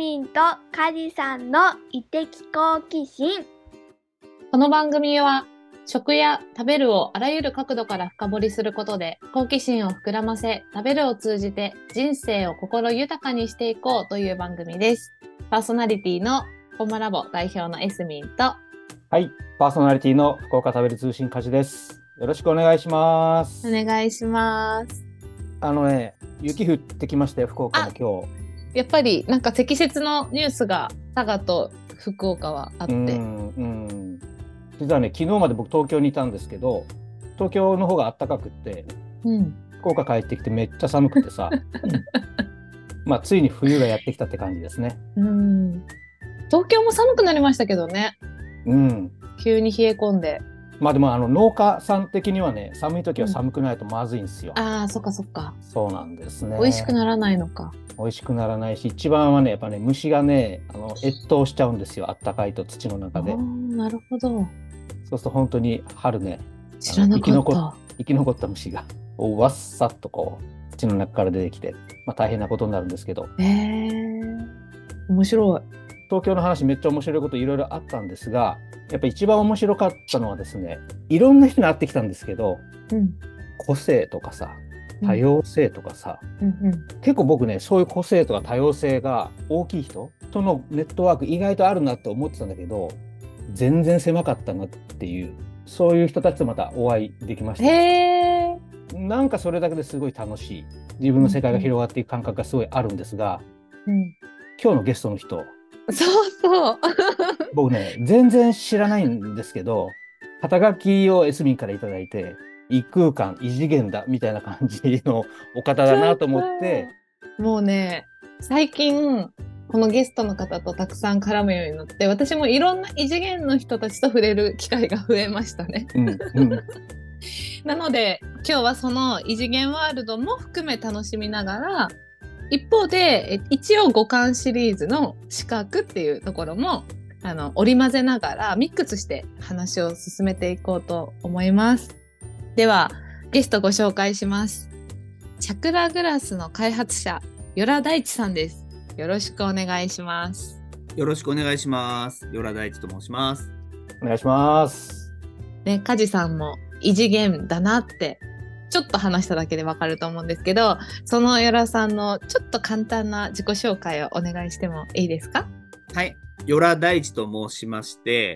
ミンとカジさんの異的好奇心。 この番組は食や食べるをあらゆる角度から深掘りすることで好奇心を膨らませ、食べるを通じて人生を心豊かにしていこうという番組です。パーソナリティのコマラボ代表のエスミンと、 はい、パーソナリティの福岡食べる通信カジです。よろしくお願いします。 お願いします。 雪降ってきましたよ、福岡も今日。 やっぱりなんか積雪のニュースが佐賀と福岡はあって。 実はね、昨日まで僕東京にいたんですけど、東京の方が暖かくって、福岡帰ってきてめっちゃ寒くてさ、まあついに冬がやってきたって感じですね。 東京も寒くなりましたけどね。急に冷え込んで。 まあでも農家さん的にはね、寒い時は寒くないとまずいんですよ。 ああ、そっかそっか。 そうなんですね。 美味しくならないのか。 美味しくならないし、一番はね、やっぱね、虫がね、越冬しちゃうんですよ、あったかいと土の中で。 なるほど。 そうすると本当に春ね、 知らなかった。 生き残った虫がわっさっとこう土の中から出てきて、まあ、大変なことになるんですけど。 面白い。 東京の話めっちゃ面白いこといろいろあったんですが、やっぱ一番面白かったのはですね、いろんな人に会ってきたんですけど、個性とかさ、多様性とかさ、結構僕ね、そういう個性とか多様性が大きい人とのネットワーク意外とあるなって思ってたんだけど、全然狭かったなっていう、そういう人たちとまたお会いできました。なんかそれだけですごい楽しい、自分の世界が広がっていく感覚がすごいあるんですが、今日のゲストの人、 そう僕ね、全然知らないんですけど、肩書きをエスミンからいただいて、異空間、異次元だみたいな感じのお方だなと思って。 もうね、最近このゲストの方とたくさん絡むようになって、私もいろんな異次元の人たちと触れる機会が増えましたね。なので今日はその異次元ワールドも含め楽しみながら、一方で一応五感シリーズの視覚っていうところも織り交ぜながらミックスして話を進めていこうと思います。ではゲストご紹介します。チャクラグラスの開発者、与良大地さんです。よろしくお願いします。 よろしくお願いします。与良大地と申します。 お願いします。 ね、梶さんも異次元だなってちょっと話しただけでわかると思うんですけど、その与良さんのちょっと簡単な自己紹介をお願いしてもいいですか？ はい、与良大地と申しまして、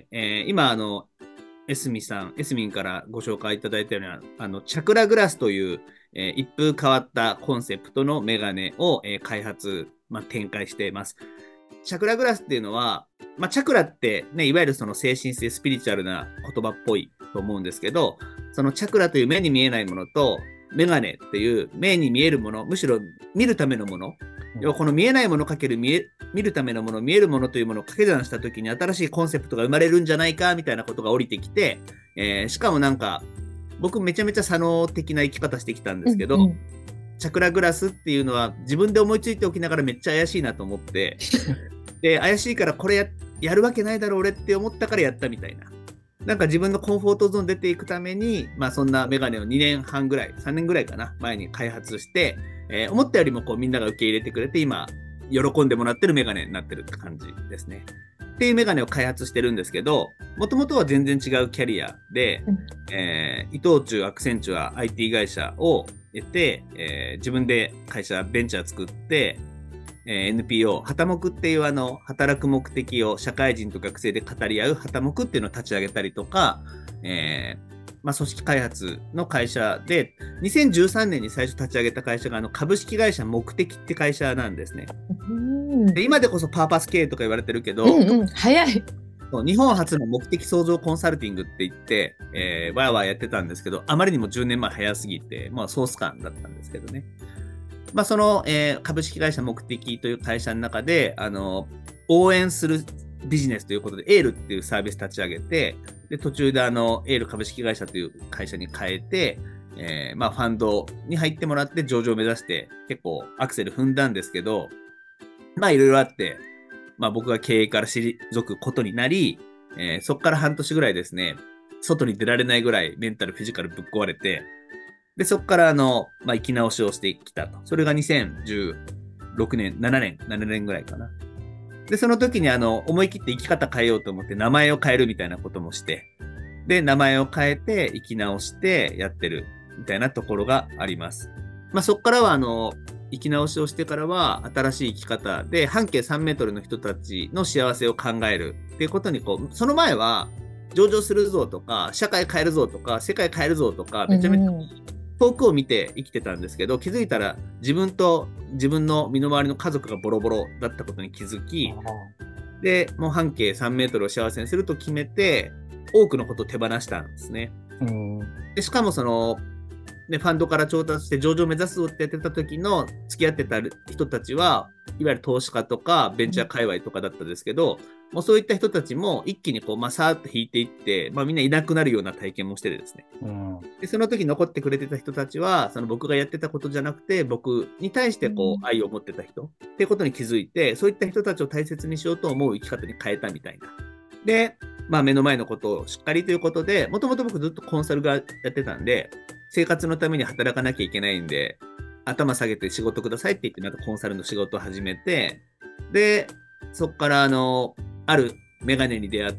今エスミンからご紹介いただいたようなチャクラグラスという、一風変わったコンセプトのメガネを、開発、展開しています。チャクラグラスっていうのは、チャクラってね、いわゆるその精神性スピリチュアルな言葉っぽいと思うんですけど、そのチャクラという目に見えないものとメガネっていう目に見えるもの、むしろ見るためのもの、要はこの見えないものかける見るためのもの、見えるものというものを掛け算したときに新しいコンセプトが生まれるんじゃないかみたいなことが降りてきて、しかもなんか僕めちゃめちゃ左脳的な生き方してきたんですけど、チャクラグラスっていうのは自分で思いついておきながらめっちゃ怪しいなと思ってで、怪しいからこれ やるわけないだろう俺って思ったからやったみたいな。なんか自分のコンフォートゾーン出ていくために、そんなメガネを2年半ぐらい、3年ぐらいかな、前に開発して、思ったよりもこうみんなが受け入れてくれて、今、喜んでもらってるメガネになってるって感じですね。っていうメガネを開発してるんですけど、もともとは全然違うキャリアで、伊藤忠アクセンチュア IT 会社を得て、自分で会社、ベンチャー作って、NPO、はたもくっていう働く目的を社会人と学生で語り合うはたもくっていうのを立ち上げたりとか、組織開発の会社で、2013年に最初立ち上げた会社が株式会社目的って会社なんですね。で今でこそパーパス経営とか言われてるけど、 早い。 日本初の目的創造コンサルティングって言って、わーわーやってたんですけど、あまりにも10年前早すぎて、ソース感だったんですけどね。その、株式会社目的という会社の中で応援するビジネスということでエールっていうサービス立ち上げて、で途中でエール株式会社という会社に変えて、ファンドに入ってもらって上場を目指して結構アクセル踏んだんですけど、いろいろあって、僕が経営から退くことになり、そこから半年ぐらいですね、外に出られないぐらいメンタルフィジカルぶっ壊れて、で、そこから生き直しをしてきたと。それが2016年、7年ぐらいかな。 で、その時に思い切って生き方変えようと思って名前を変えるみたいなこともして、で、名前を変えて生き直してやってるみたいなところがあります。まあ、そこからは生き直しをしてからは新しい生き方で半径3メートルの人たちの幸せを考えるっていうことにその前は上場するぞとか社会変えるぞとか世界変えるぞとかめちゃめちゃ遠くを見て生きてたんですけど、気づいたら自分と自分の身の回りの家族がボロボロだったことに気づき、でもう半径3メートルを幸せにすると決めて多くのことを手放したんですね。でしかもファンドから調達して上場を目指すぞってやってた時の付き合ってた人たちはいわゆる投資家とかベンチャー界隈とかだったんですけど、もうそういった人たちも一気にさーっと引いていって、みんないなくなるような体験もしてですね。でその時残ってくれてた人たちは僕がやってたことじゃなくて僕に対して愛を持ってた人っていうことに気づいて、そういった人たちを大切にしようと思う生き方に変えたみたいな。で、目の前のことをしっかりということで、もともと僕ずっとコンサルがやってたんで、生活のために働かなきゃいけないんで、頭下げて仕事くださいって言って、またコンサルの仕事を始めて、で、そこからあるメガネに出会って、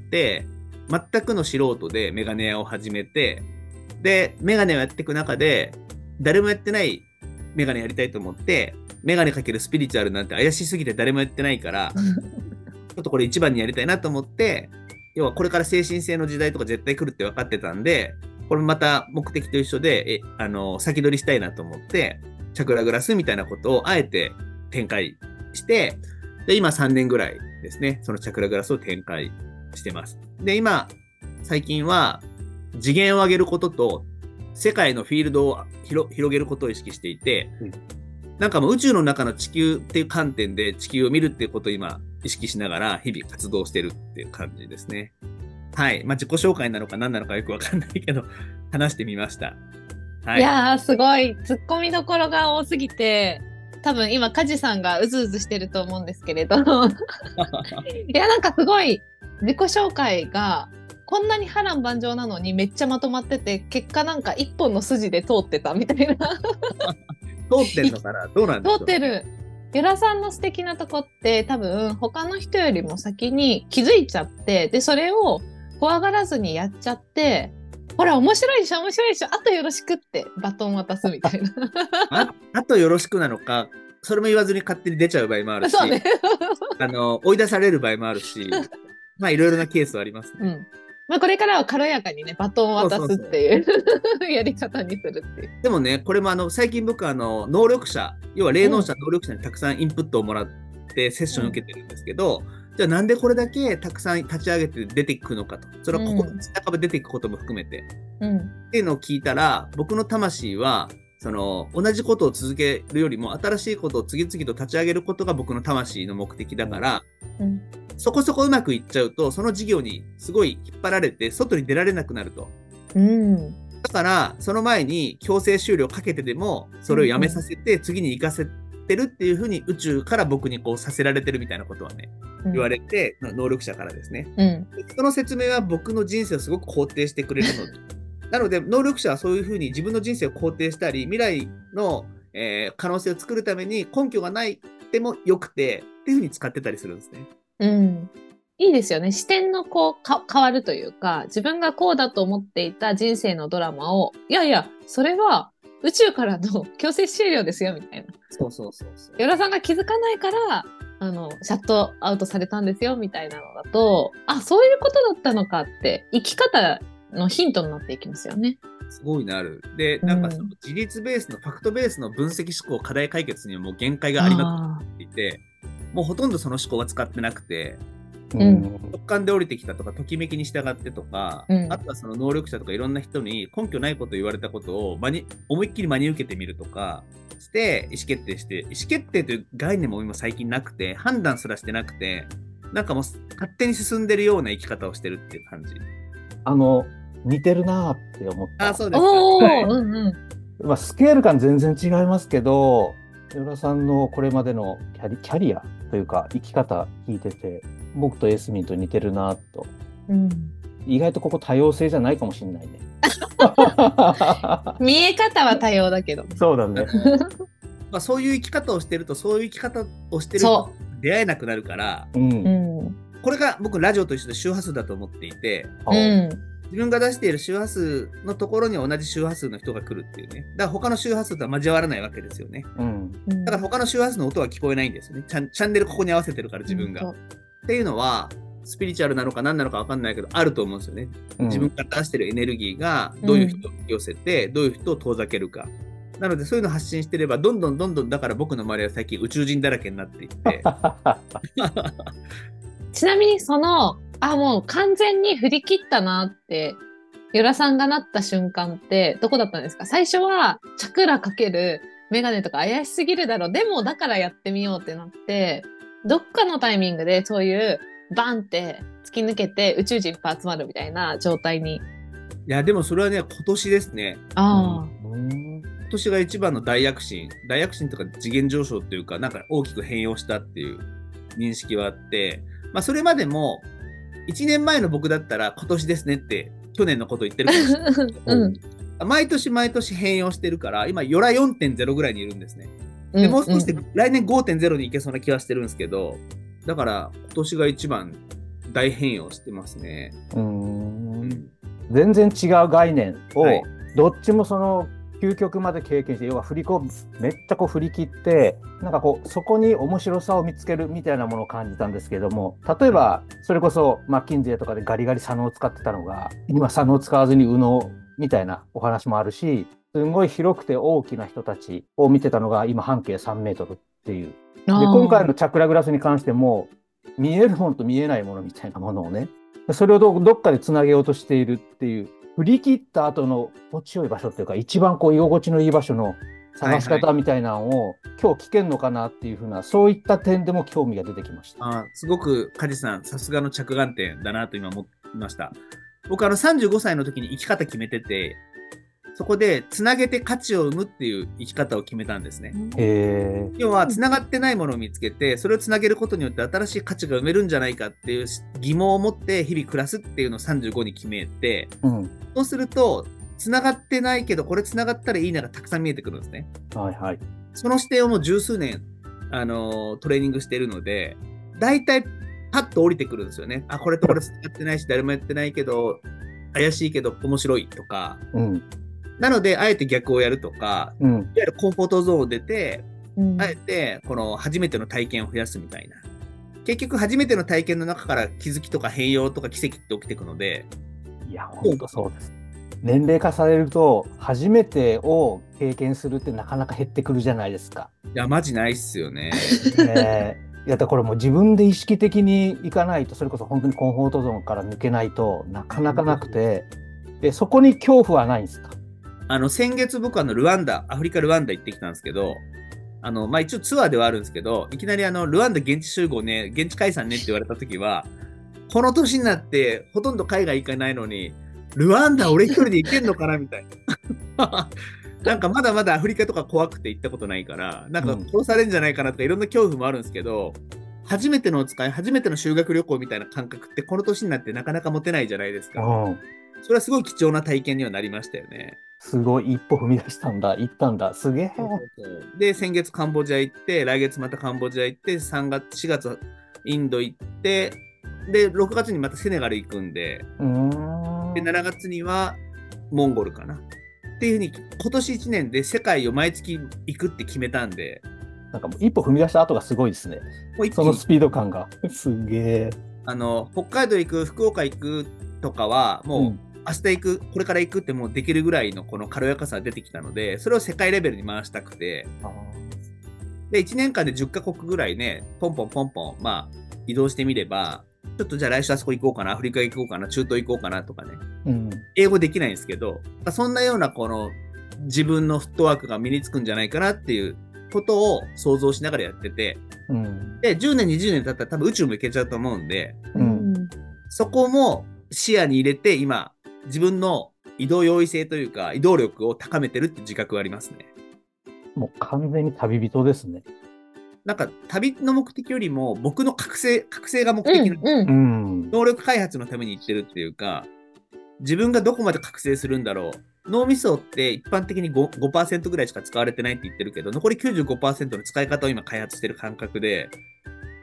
全くの素人でメガネ屋を始めて、で、メガネをやっていく中で、誰もやってないメガネやりたいと思って、メガネかけるスピリチュアルなんて怪しすぎて誰もやってないから、ちょっとこれ一番にやりたいなと思って、要はこれから精神性の時代とか絶対来るって分かってたんで、これまた目的と一緒で、先取りしたいなと思って、チャクラグラスみたいなことをあえて展開して、で、今3年ぐらいですね、そのチャクラグラスを展開してます。で、今、最近は次元を上げることと、世界のフィールドを広げることを意識していて、なんかもう宇宙の中の地球っていう観点で地球を見るっていうことを今意識しながら日々活動してるっていう感じですね。はい。自己紹介なのか何なのかよくわかんないけど、話してみました。はい。 いやー、すごい。突っ込みどころが多すぎて、多分今、梶さんがうずうずしてると思うんですけれど。いや、なんかすごい、自己紹介が、こんなに波乱万丈なのにめっちゃまとまってて、結果なんか一本の筋で通ってたみたいな。 通ってんのかなどうなんですか？ 通ってる。由良さんの素敵なとこって多分他の人よりも先に気づいちゃって、で、それを怖がらずにやっちゃって、ほら、面白いでしょ、面白いでしょ、あとよろしくってバトン渡すみたいな。 あとよろしくなのか、それも言わずに勝手に出ちゃう場合もあるし、 そうね。 追い出される場合もあるし、いろいろなケースはありますね。 これからは軽やかにね、バトンを渡すっていうやり方にするっていう。 でもね、これも最近僕能力者、要は霊能者、能力者にたくさんインプットをもらってセッションを受けてるんですけど、じゃあなんでこれだけたくさん立ち上げて出ていくのかと。それはここの中で出ていくことも含めて。っていうのを聞いたら、僕の魂は、同じことを続けるよりも新しいことを次々と立ち上げることが僕の魂の目的だから、そこそこうまくいっちゃうと、その事業にすごい引っ張られて外に出られなくなると。だからその前に強制終了かけてでもそれをやめさせて次に行かせてるっていうふうに宇宙から僕にさせられてるみたいなことはね、言われて、能力者からですね。その説明は僕の人生をすごく肯定してくれるので。なので能力者はそういうふうに自分の人生を肯定したり未来の、可能性を作るために根拠がないでもよくてっていうふうに使ってたりするんですね。 いいですよね。視点の変わるというか、自分がこうだと思っていた人生のドラマを、いやいや、それは宇宙からの強制終了ですよみたいな。 そう。 与良さんが気づかないからシャットアウトされたんですよみたいなのだと、あ、そういうことだったのかって生き方のヒントになっていきますよね。 すごいなる。で、なんかその事実ベースのファクトベースの分析思考課題解決にはもう限界がありまくっていて、もうほとんどその思考は使ってなくて、直感で降りてきたとかときめきに従ってとか、あとはその能力者とかいろんな人に根拠ないことを言われたことを思いっきり真に受けてみるとかして意思決定して、意思決定という概念も今最近なくて、判断すらしてなくて、なんかもう勝手に進んでるような生き方をしてるっていう感じ。 似てるなって思った。 そうですか。 スケール感全然違いますけど、与良さんのこれまでのキャリアというか生き方聞いてて、僕とエスミンと似てるなと、意外とここ多様性じゃないかもしれないね。 見え方は多様だけど。 そうだね。 そういう生き方をしてると、そういう生き方をしてる人出会えなくなるから、 うん、 これが僕ラジオと一緒で周波数だと思っていて、自分が出している周波数のところに同じ周波数の人が来るっていうね。だから他の周波数とは交わらないわけですよね。だから他の周波数の音は聞こえないんですよね。チャンネルここに合わせてるから自分が。っていうのは、スピリチュアルなのか何なのか分かんないけど、あると思うんですよね。自分から出してるエネルギーがどういう人を引き寄せて、どういう人を遠ざけるか。なのでそういうのを発信してれば、どんどんだから僕の周りは最近宇宙人だらけになっていって。 ちなみにもう完全に振り切ったなって、ヨラさんがなった瞬間ってどこだったんですか？最初はチャクラかけるメガネとか怪しすぎるだろう。でもだからやってみようってなって、どっかのタイミングでそういうバンって突き抜けて宇宙人いっぱい集まるみたいな状態に。 いや、でもそれはね、今年ですね。今年が一番の大躍進とか次元上昇っていうか、なんか大きく変容したっていう認識はあって、まあそれまでも1年前の僕だったら今年ですねって去年のこと言ってるかもしれないけど、毎年変容してるから、今ヨラ 4.0 ぐらいにいるんですね。でもう少しで来年 5.0 に行けそうな気はしてるんですけど、だから今年が一番大変容してますね。 全然違う概念を、どっちもその究極まで経験して、要はめっちゃ振り切って、なんかそこに面白さを見つけるみたいなものを感じたんですけども、例えばそれこそマッキンゼーとかでガリガリ左脳を使ってたのが、今左脳を使わずに右脳みたいなお話もあるし、すごい広くて大きな人たちを見てたのが今半径3メートルっていう。で、今回のチャクラグラスに関しても、見えるものと見えないものみたいなものをね、それをどっかでつなげようとしているっていう、振り切った後の心地よい場所っていうか、一番居心地のいい場所の探し方みたいなのを、今日聞けんのかなっていうふうな、そういった点でも興味が出てきました。 すごく梶さん、さすがの着眼点だなと今思いました。僕35歳の時に生き方決めてて、そこでつなげて価値を生むっていう生き方を決めたんですね。要はつながってないものを見つけて、それをつなげることによって新しい価値が生めるんじゃないかっていう疑問を持って日々暮らすっていうのを35に決めて、そうするとつながってないけどこれつながったらいいながたくさん見えてくるんですね。その視点をもう十数年トレーニングしているので、だいたいパッと降りてくるんですよね。これとこれつながってないし誰もやってないけど怪しいけど面白いとか、なのであえて逆をやるとか、いわゆるコンフォートゾーンを出て、あえてこの初めての体験を増やすみたいな。結局初めての体験の中から気づきとか変容とか奇跡って起きていくので。 いや本当そうです。年齢化されると初めてを経験するってなかなか減ってくるじゃないですか。 いやマジないっすよね。 いやだからこれもう自分で意識的にいかないと、それこそ本当にコンフォートゾーンから抜けないとなかなかなくて、そこに恐怖はないんですか？ 先月僕アフリカルワンダ行ってきたんですけど、一応ツアーではあるんですけど、いきなりルワンダ現地集合ね、現地解散ねって言われた時は、この年になってほとんど海外行かないのに、ルワンダ俺一人で行けんのかなみたいな。なんかまだまだアフリカとか怖くて行ったことないから、なんか殺されるんじゃないかなとかいろんな恐怖もあるんですけど、初めてのお使い、初めての修学旅行みたいな感覚ってこの年になってなかなか持てないじゃないですか。それはすごい貴重な体験にはなりましたよね。 すごい一歩踏み出したんだ、行ったんだ、すげえ。 で、先月カンボジア行って、来月またカンボジア行って、4月インド行って、で、6月にまたセネガル行くんで、で、7月にはモンゴルかな。っていうふうに、今年1年で世界を毎月行くって決めたんで。 なんかもう一歩踏み出した後がすごいですね。そのスピード感が。すげえ。 北海道行く、福岡行くとかは、もう、明日行く、これから行くってもうできるぐらいのこの軽やかさが出てきたので、それを世界レベルに回したくて、で、1年間で10カ国ぐらいね、ポンポン、移動してみれば、ちょっとじゃあ来週あそこ行こうかな、アフリカ行こうかな、中東行こうかなとかね、英語できないんですけど、そんなようなこの自分のフットワークが身につくんじゃないかなっていうことを想像しながらやってて、で、10年、20年経ったら多分宇宙も行けちゃうと思うんで、そこも視野に入れて今、自分の移動容易性というか移動力を高めてるって自覚がありますね。 もう完全に旅人ですね。 なんか旅の目的よりも僕の覚醒が目的な能力開発のために行ってるっていうか、自分がどこまで覚醒するんだろう。脳みそって一般的に 5% ぐらいしか使われてないって言ってるけど、残り 95% の使い方を今開発してる感覚で、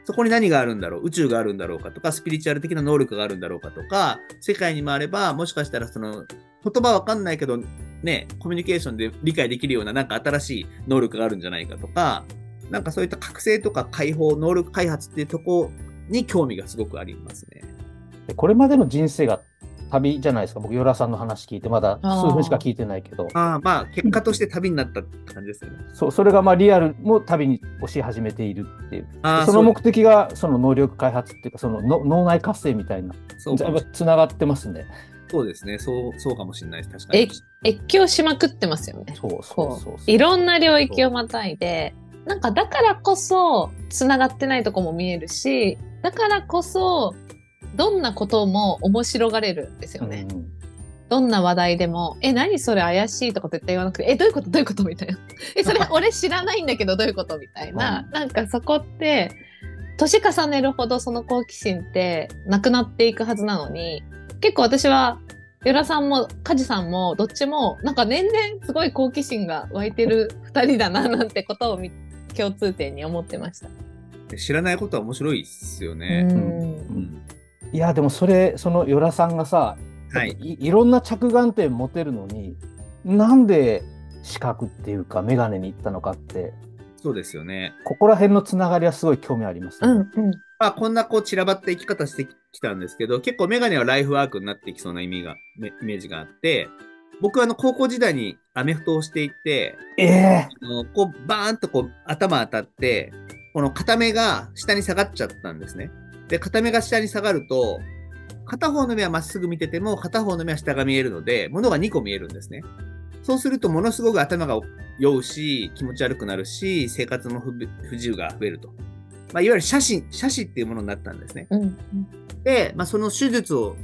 そこに何があるんだろう、宇宙があるんだろうかとか、スピリチュアル的な能力があるんだろうかとか、世界にもあれば、もしかしたらその言葉わかんないけどね、コミュニケーションで理解できるようななんか新しい能力があるんじゃないかとか、なんかそういった覚醒とか解放、能力開発っていうとこに興味がすごくありますね。 これまでの人生が旅じゃないですか。僕、与良さんの話聞いて、まだ数分しか聞いてないけど。 まあ、結果として旅になったって感じですよね。 それがまあリアルも旅に押し始めているっていう。その目的がその能力開発っていうか、その脳内活性みたいな、つながってますね。 そうですね。そうかもしれないです。確かに。 越境しまくってますよね。いろんな領域をまたいで、なんかだからこそつながってないとこも見えるし、だからこそどんなことも面白がれるんですよね。どんな話題でも、何それ怪しいとか絶対言わなくて、どういうことみたいな。それ俺知らないんだけどどういうことみたいな。なんかそこって、年重ねるほどその好奇心ってなくなっていくはずなのに、結構私は、与良さんも梶さんもどっちも、なんか年々すごい好奇心が湧いてる二人だななんてことを共通点に思ってました。 知らないことは面白いですよね。 いやでもその与良さんがさ、いろんな着眼点持てるのに、なんで視覚っていうか眼鏡に行ったのかって。そうですよね。ここら辺のつながりはすごい興味ありますね。 こんな散らばった生き方してきたんですけど、結構眼鏡はライフワークになってきそうなイメージがあって、僕は高校時代にアメフトをしていて、こうバーンとこう頭当たって、この片目が下に下がっちゃったんですね。で、片目が下に下がると、片方の目はまっすぐ見てても、片方の目は下が見えるので、物が2個見えるんですね。そうすると、ものすごく頭が酔うし、気持ち悪くなるし、生活の不自由が増えると。いわゆる斜視っていうものになったんですね。で、その手術を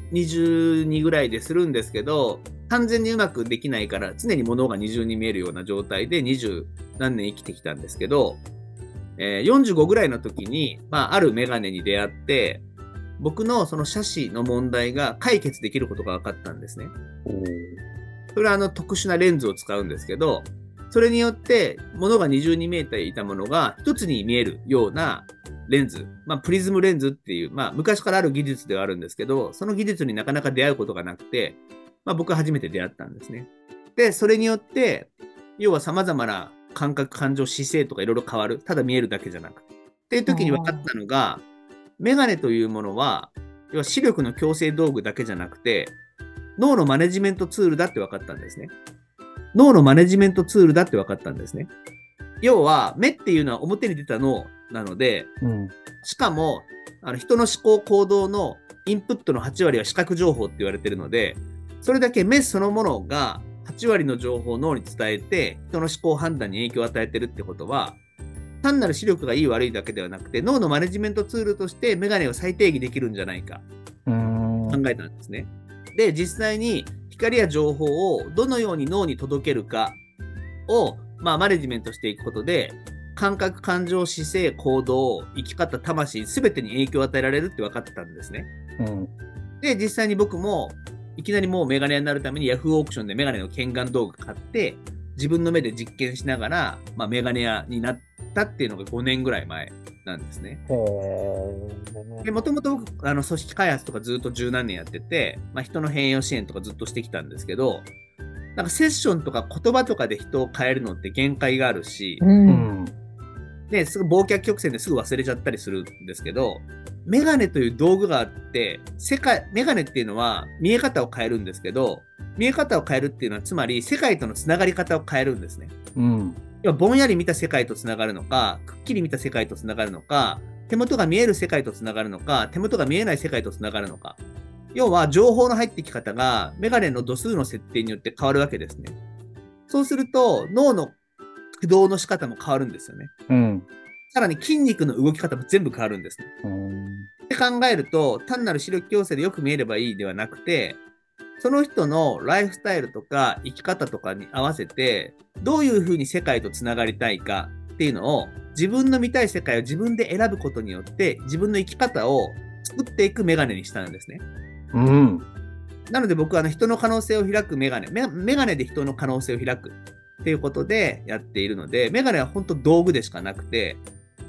22ぐらいでするんですけど、完全にうまくできないから、常に物が二重に見えるような状態で20何年生きてきたんですけど、45ぐらいの時に、あるメガネに出会って、僕のその斜視の問題が解決できることが分かったんですね。それは特殊なレンズを使うんですけど、それによって物が二重に見えていたものが一つに見えるようなレンズ、プリズムレンズっていう、昔からある技術ではあるんですけど、その技術になかなか出会うことがなくて、僕は初めて出会ったんですね。で、それによって、要は様々な感覚、感情、姿勢とかいろいろ変わる。ただ見えるだけじゃなくて。っていう時に分かったのが、メガネというものは、要は視力の矯正道具だけじゃなくて、脳のマネジメントツールだって分かったんですね。脳のマネジメントツールだって分かったんですね。要は、目っていうのは表に出た脳なので、しかも、人の思考行動のインプットの8割は視覚情報って言われてるので、それだけ目そのものが8割の情報を脳に伝えて、人の思考判断に影響を与えてるってことは、単なる視力がいい悪いだけではなくて、脳のマネジメントツールとしてメガネを再定義できるんじゃないか考えたんですね。で、実際に光や情報をどのように脳に届けるかを、マネジメントしていくことで、感覚、感情、姿勢、行動、生き方、魂、すべてに影響を与えられるって分かったんですね。で、実際に僕もいきなりもうメガネ屋になるためにヤフーオークションでメガネの検眼道具買って、自分の目で実験しながら、メガネ屋になったっていうのが5年ぐらい前なんですね。で、もともと僕、組織開発とかずっと十何年やってて、人の変容支援とかずっとしてきたんですけど、なんかセッションとか言葉とかで人を変えるのって限界があるし、で、すぐ忘却曲線ですぐ忘れちゃったりするんですけど、メガネという道具があって、メガネっていうのは見え方を変えるんですけど、見え方を変えるっていうのはつまり世界とのつながり方を変えるんですね。要はぼんやり見た世界とつながるのか、くっきり見た世界とつながるのか、手元が見える世界とつながるのか、手元が見えない世界とつながるのか。要は情報の入ってき方がメガネの度数の設定によって変わるわけですね。そうすると脳の駆動の仕方も変わるんですよね。さらに筋肉の動き方も全部変わるんですね。って考えると、単なる視力矯正でよく見えればいいではなくて、その人のライフスタイルとか生き方とかに合わせて、どういうふうに世界とつながりたいかっていうのを、自分の見たい世界を自分で選ぶことによって、自分の生き方を作っていくメガネにしたんですね。なので僕は人の可能性を開くメガネで人の可能性を開くっていうことでやっているので、メガネは本当道具でしかなくて、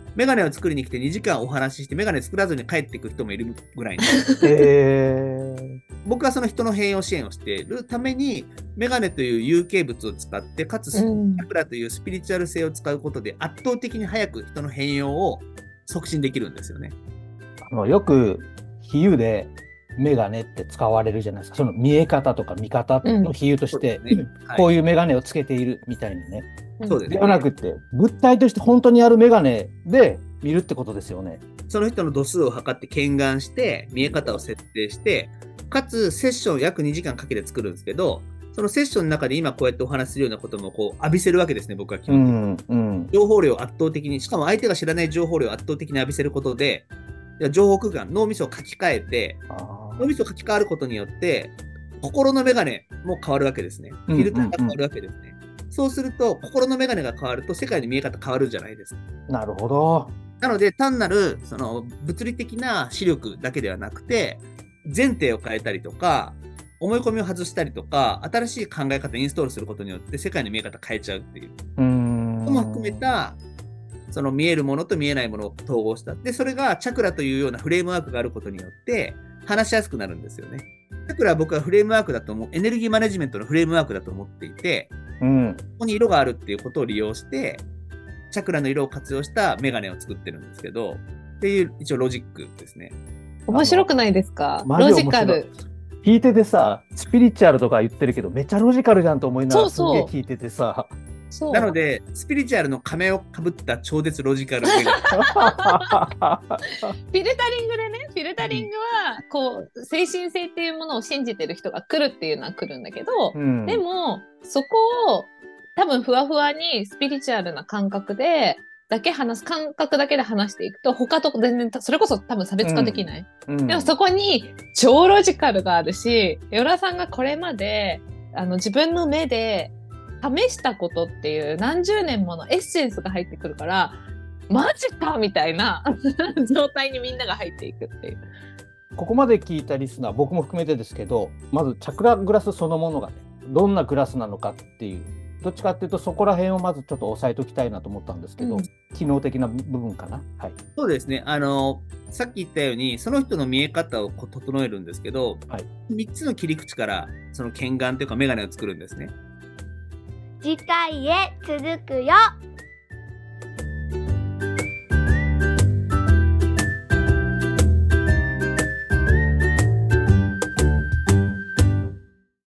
メガネを作りに来て2時間お話ししてメガネ作らずに帰っていく人もいるぐらい僕はその人の変容支援をしているためにメガネという有形物を使ってかつチャクラというスピリチュアル性を使うことで圧倒的に早く人の変容を促進できるんですよね。 よく比喩でメガネって使われるじゃないですか。その見え方とか見方の比喩として、こういうメガネをつけているみたいなね。 そうですね。 ではなくて物体として本当にあるメガネで見るってことですよね。 その人の度数を測って検眼して見え方を設定してかつセッションを約2時間かけて作るんですけど、そのセッションの中で今こうやってお話しするようなこともこう浴びせるわけですね、僕は基本的に。情報量を圧倒的に、しかも相手が知らない情報量を圧倒的に浴びせることで、情報空間、脳みそを書き換えて、脳みそを書き換わることによって、心のメガネも変わるわけですね。フィルターが変わるわけですね。そうすると、心のメガネが変わると世界の見え方変わるじゃないですか。 なるほど。 なので、単なるその物理的な視力だけではなくて、前提を変えたりとか、思い込みを外したりとか、新しい考え方をインストールすることによって世界の見え方を変えちゃうっていう。そも含めた、その見えるものと見えないものを統合した。で、それがチャクラというようなフレームワークがあることによって話しやすくなるんですよね。チャクラは僕はフレームワークだと思う、エネルギーマネジメントのフレームワークだと思っていて、ここに色があるっていうことを利用して、チャクラの色を活用したメガネを作ってるんですけど、っていう一応ロジックですね。 面白くないですか？ロジカル。 聞いててさ、スピリチュアルとか言ってるけどめっちゃロジカルじゃんと思いながらすげえ聞いててさ。 なのでスピリチュアルの仮面をかぶった超絶ロジカルフィルタリングでね、フィルタリングはこう精神性っていうものを信じてる人が来るっていうのは来るんだけど、でもそこを多分ふわふわにスピリチュアルな感覚でだけ話す、感覚だけで話していくと他と全然それこそ多分差別化できない、でもそこに超ロジカルがあるし、与良さんがこれまで自分の目で試したことっていう何十年ものエッセンスが入ってくるから、マジかみたいな状態にみんなが入っていくっていう。 ここまで聞いたリスナー、僕も含めてですけど、まずチャクラグラスそのものがね、どんなグラスなのかっていう、どっちかっていうとそこら辺をまずちょっと押さえておきたいなと思ったんですけど、機能的な部分かな。はい。 そうですね。さっき言ったようにその人の見え方を整えるんですけど、3つの切り口からその検眼というかメガネを作るんですね。 次回へ続くよ。